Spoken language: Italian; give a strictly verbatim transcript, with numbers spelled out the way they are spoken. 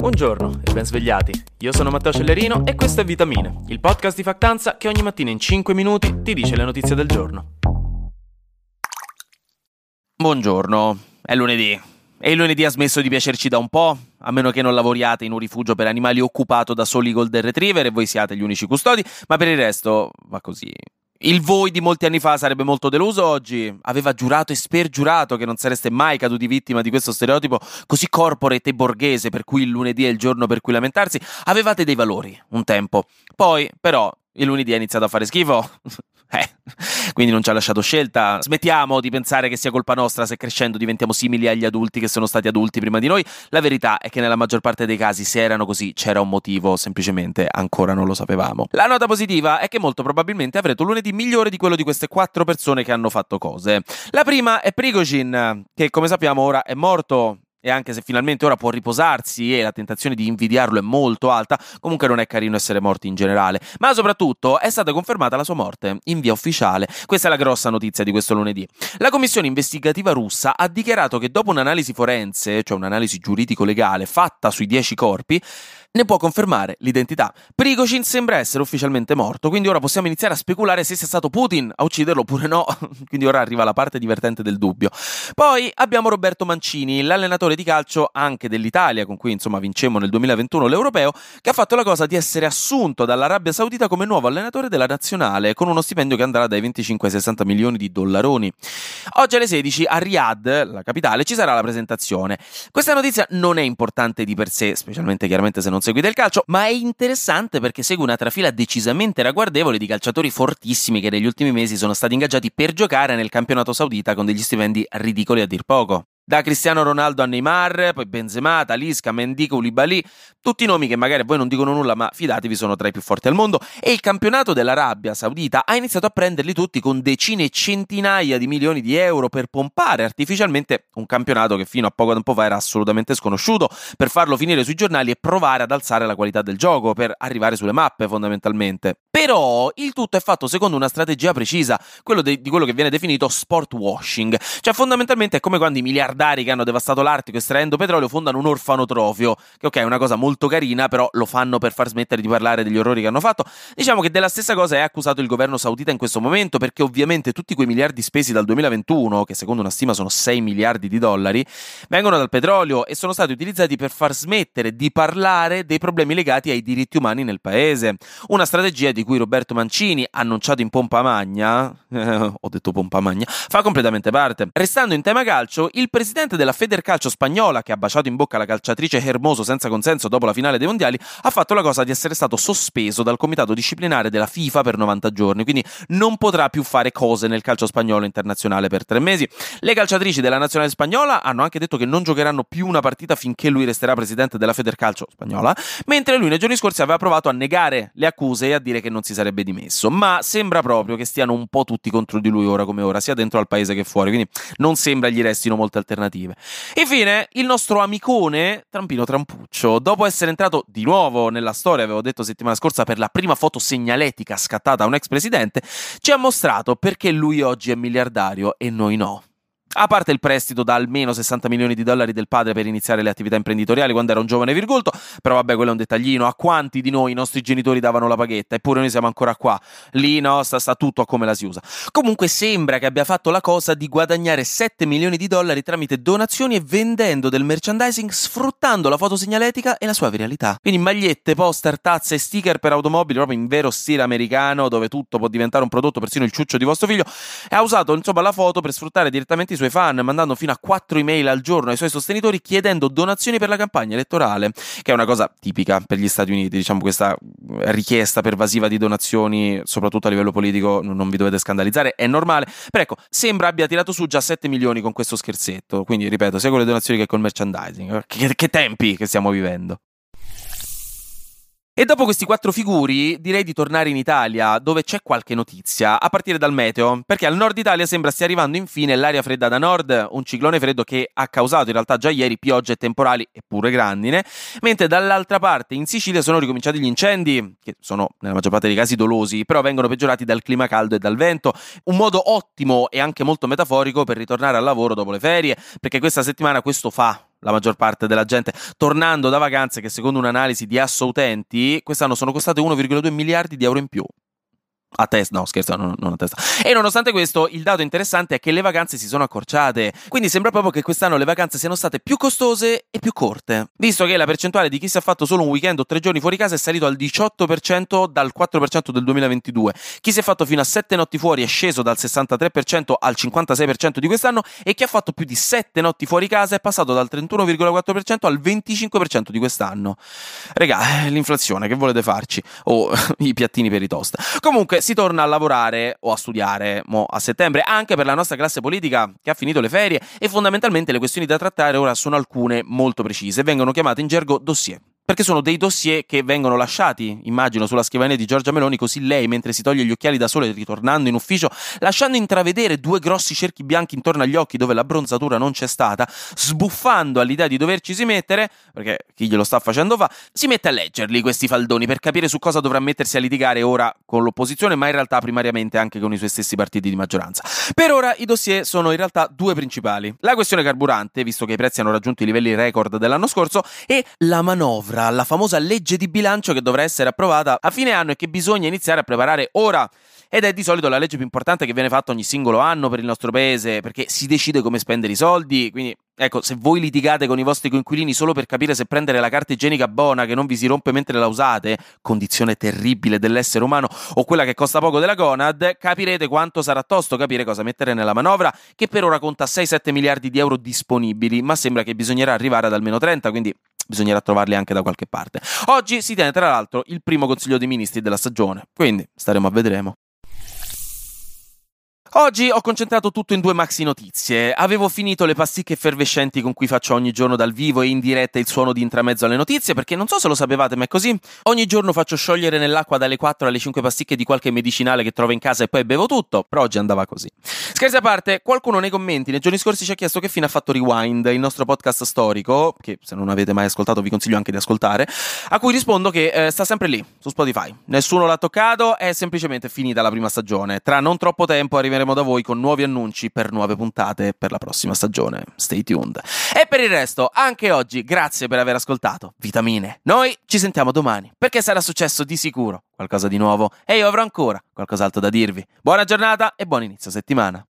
Buongiorno e ben svegliati. Io sono Matteo Cellerino e questo è Vitamine, il podcast di Factanza che ogni mattina in cinque minuti ti dice le notizie del giorno. Buongiorno, è lunedì. E il lunedì ha smesso di piacerci da un po', a meno che non lavoriate in un rifugio per animali occupato da soli golden retriever e voi siate gli unici custodi, ma per il resto va così. Il voi di molti anni fa sarebbe molto deluso oggi. Aveva giurato e spergiurato che non sareste mai caduti vittima di questo stereotipo così corporate e borghese per cui il lunedì è il giorno per cui lamentarsi. Avevate dei valori, un tempo. Poi, però, il lunedì ha iniziato a fare schifo. Eh, quindi non ci ha lasciato scelta. Smettiamo di pensare che sia colpa nostra se crescendo diventiamo simili agli adulti che sono stati adulti prima di noi. La verità è che nella maggior parte dei casi, se erano così, c'era un motivo, semplicemente ancora non lo sapevamo. La nota positiva è che molto probabilmente avrete un lunedì migliore di quello di queste quattro persone che hanno fatto cose. La prima è Prigozhin, che come sappiamo ora è morto. E anche se finalmente ora può riposarsi e la tentazione di invidiarlo è molto alta, comunque non è carino essere morti in generale. Ma soprattutto è stata confermata la sua morte in via ufficiale. Questa è la grossa notizia di questo lunedì. La commissione investigativa russa ha dichiarato che dopo un'analisi forense, cioè un'analisi giuridico-legale fatta sui dieci corpi, ne può confermare l'identità. Prigozhin sembra essere ufficialmente morto, quindi ora possiamo iniziare a speculare se sia stato Putin a ucciderlo oppure no, quindi ora arriva la parte divertente del dubbio. Poi abbiamo Roberto Mancini, l'allenatore di calcio anche dell'Italia, con cui insomma vincemmo nel duemilaventuno l'Europeo, che ha fatto la cosa di essere assunto dall'Arabia Saudita come nuovo allenatore della nazionale, con uno stipendio che andrà dai venticinque ai sessanta milioni di dollaroni. Oggi alle sedici a Riyadh, la capitale, ci sarà la presentazione. Questa notizia non è importante di per sé, specialmente chiaramente se non seguite il calcio, ma è interessante perché segue una trafila decisamente ragguardevole di calciatori fortissimi che negli ultimi mesi sono stati ingaggiati per giocare nel campionato saudita con degli stipendi ridicoli a dir poco. Da Cristiano Ronaldo a Neymar, poi Benzema, Talisca, Mendy, Koulibaly, tutti nomi che magari a voi non dicono nulla, ma fidatevi, sono tra i più forti al mondo. E il campionato dell'Arabia Saudita ha iniziato a prenderli tutti con decine e centinaia di milioni di euro per pompare artificialmente un campionato che fino a poco tempo fa era assolutamente sconosciuuto, per farlo finire sui giornali e provare ad alzare la qualità del gioco, per arrivare sulle mappe fondamentalmente. Però il tutto è fatto secondo una strategia precisa, quello de- di quello che viene definito sport washing, cioè fondamentalmente è come quando i miliardari che hanno devastato l'Artico estraendo petrolio fondano un orfanotrofio, che ok è una cosa molto carina, però lo fanno per far smettere di parlare degli orrori che hanno fatto. Diciamo che della stessa cosa è accusato il governo saudita in questo momento, perché ovviamente tutti quei miliardi spesi dal duemilaventuno, che secondo una stima sono sei miliardi di dollari, vengono dal petrolio e sono stati utilizzati per far smettere di parlare dei problemi legati ai diritti umani nel paese. Una strategia di cui Roberto Mancini, annunciato in pompa magna, eh, ho detto pompa magna, fa completamente parte. Restando in tema calcio, il presidente della Federcalcio spagnola, che ha baciato in bocca la calciatrice Hermoso senza consenso dopo la finale dei mondiali, ha fatto la cosa di essere stato sospeso dal comitato disciplinare della FIFA per novanta giorni, quindi non potrà più fare cose nel calcio spagnolo internazionale per tre mesi. Le calciatrici della nazionale spagnola hanno anche detto che non giocheranno più una partita finché lui resterà presidente della Federcalcio spagnola, mentre lui nei giorni scorsi aveva provato a negare le accuse e a dire che non si sarebbe dimesso, ma sembra proprio che stiano un po' tutti contro di lui ora come ora, sia dentro al paese che fuori, quindi non sembra gli restino molte alternative. Infine, il nostro amicone Trampino Trampuccio, dopo essere entrato di nuovo nella storia, avevo detto settimana scorsa, per la prima foto segnaletica scattata a un ex presidente, ci ha mostrato perché lui oggi è miliardario e noi no. A parte il prestito da almeno sessanta milioni di dollari del padre per iniziare le attività imprenditoriali quando era un giovane virgulto, però vabbè, quello è un dettaglino. A quanti di noi i nostri genitori davano la paghetta, eppure noi siamo ancora qua. Lì no, sta, sta tutto a come la si usa. Comunque sembra che abbia fatto la cosa di guadagnare sette milioni di dollari tramite donazioni e vendendo del merchandising, sfruttando la foto segnaletica e la sua viralità. Quindi magliette, poster, tazze e sticker per automobili proprio in vero stile americano, dove tutto può diventare un prodotto, persino il ciuccio di vostro figlio, e ha usato insomma la foto per sfruttare direttamente i suoi fan, mandando fino a quattro email al giorno ai suoi sostenitori chiedendo donazioni per la campagna elettorale, che è una cosa tipica per gli Stati Uniti, diciamo, questa richiesta pervasiva di donazioni, soprattutto a livello politico, non vi dovete scandalizzare, è normale, però ecco, sembra abbia tirato su già sette milioni con questo scherzetto, quindi ripeto, sia con le donazioni che col merchandising, che, che tempi che stiamo vivendo. E dopo questi quattro figuri direi di tornare in Italia, dove c'è qualche notizia, a partire dal meteo, perché al nord Italia sembra stia arrivando infine l'aria fredda da nord, un ciclone freddo che ha causato in realtà già ieri piogge temporali e pure grandine, mentre dall'altra parte in Sicilia sono ricominciati gli incendi, che sono nella maggior parte dei casi dolosi, però vengono peggiorati dal clima caldo e dal vento, un modo ottimo e anche molto metaforico per ritornare al lavoro dopo le ferie, perché questa settimana questo fa la maggior parte della gente, tornando da vacanze che secondo un'analisi di Assoutenti quest'anno sono costate uno virgola due miliardi di euro in più. A testa, no scherzo, non, non a testa. E nonostante questo, il dato interessante è che le vacanze si sono accorciate, quindi sembra proprio che quest'anno le vacanze siano state più costose e più corte, visto che la percentuale di chi si è fatto solo un weekend o tre giorni fuori casa è salito al diciotto per cento dal quattro per cento del duemilaventidue, chi si è fatto fino a sette notti fuori è sceso dal sessantatré per cento al cinquantasei per cento di quest'anno, e chi ha fatto più di sette notti fuori casa è passato dal trentuno virgola quattro per cento al venticinque per cento di quest'anno. Regà, l'inflazione, che volete farci? O oh, i piattini per i toast. Comunque si torna a lavorare o a studiare mo a settembre anche per la nostra classe politica che ha finito le ferie, e fondamentalmente le questioni da trattare ora sono alcune molto precise, vengono chiamate in gergo dossier. Perché sono dei dossier che vengono lasciati, immagino, sulla scrivania di Giorgia Meloni, così lei, mentre si toglie gli occhiali da sole ritornando in ufficio, lasciando intravedere due grossi cerchi bianchi intorno agli occhi dove l'abbronzatura non c'è stata, sbuffando all'idea di dovercisi mettere, perché chi glielo sta facendo fa, si mette a leggerli questi faldoni per capire su cosa dovrà mettersi a litigare ora con l'opposizione, ma in realtà primariamente anche con i suoi stessi partiti di maggioranza. Per ora i dossier sono in realtà due principali: la questione carburante, visto che i prezzi hanno raggiunto i livelli record dell'anno scorso, e la manovra, la famosa legge di bilancio che dovrà essere approvata a fine anno e che bisogna iniziare a preparare ora. Ed è di solito la legge più importante che viene fatta ogni singolo anno per il nostro paese, perché si decide come spendere i soldi. Quindi, ecco, se voi litigate con i vostri coinquilini solo per capire se prendere la carta igienica buona che non vi si rompe mentre la usate, condizione terribile dell'essere umano, o quella che costa poco della Conad, capirete quanto sarà tosto capire cosa mettere nella manovra, che per ora conta sei sette miliardi di euro disponibili, ma sembra che bisognerà arrivare ad almeno trenta, quindi bisognerà trovarli anche da qualche parte. Oggi si tiene tra l'altro il primo Consiglio dei Ministri della stagione, quindi staremo a vedremo. Oggi ho concentrato tutto in due maxi notizie. Avevo finito le pasticche effervescenti con cui faccio ogni giorno dal vivo e in diretta il suono di intramezzo alle notizie, perché non so se lo sapevate, ma è così. Ogni giorno faccio sciogliere nell'acqua dalle quattro alle cinque pasticche di qualche medicinale che trovo in casa e poi bevo tutto, però oggi andava così. Scherzi a parte, qualcuno nei commenti nei giorni scorsi ci ha chiesto che fine ha fatto Rewind, il nostro podcast storico, che se non avete mai ascoltato vi consiglio anche di ascoltare, a cui rispondo che eh, sta sempre lì, su Spotify. Nessuno l'ha toccato, è semplicemente finita la prima stagione. Tra non troppo tempo arriveremo da voi con nuovi annunci per nuove puntate per la prossima stagione. Stay tuned. E per il resto, anche oggi, grazie per aver ascoltato Vitamine. Noi ci sentiamo domani, perché sarà successo di sicuro qualcosa di nuovo e io avrò ancora qualcos'altro da dirvi. Buona giornata e buon inizio settimana.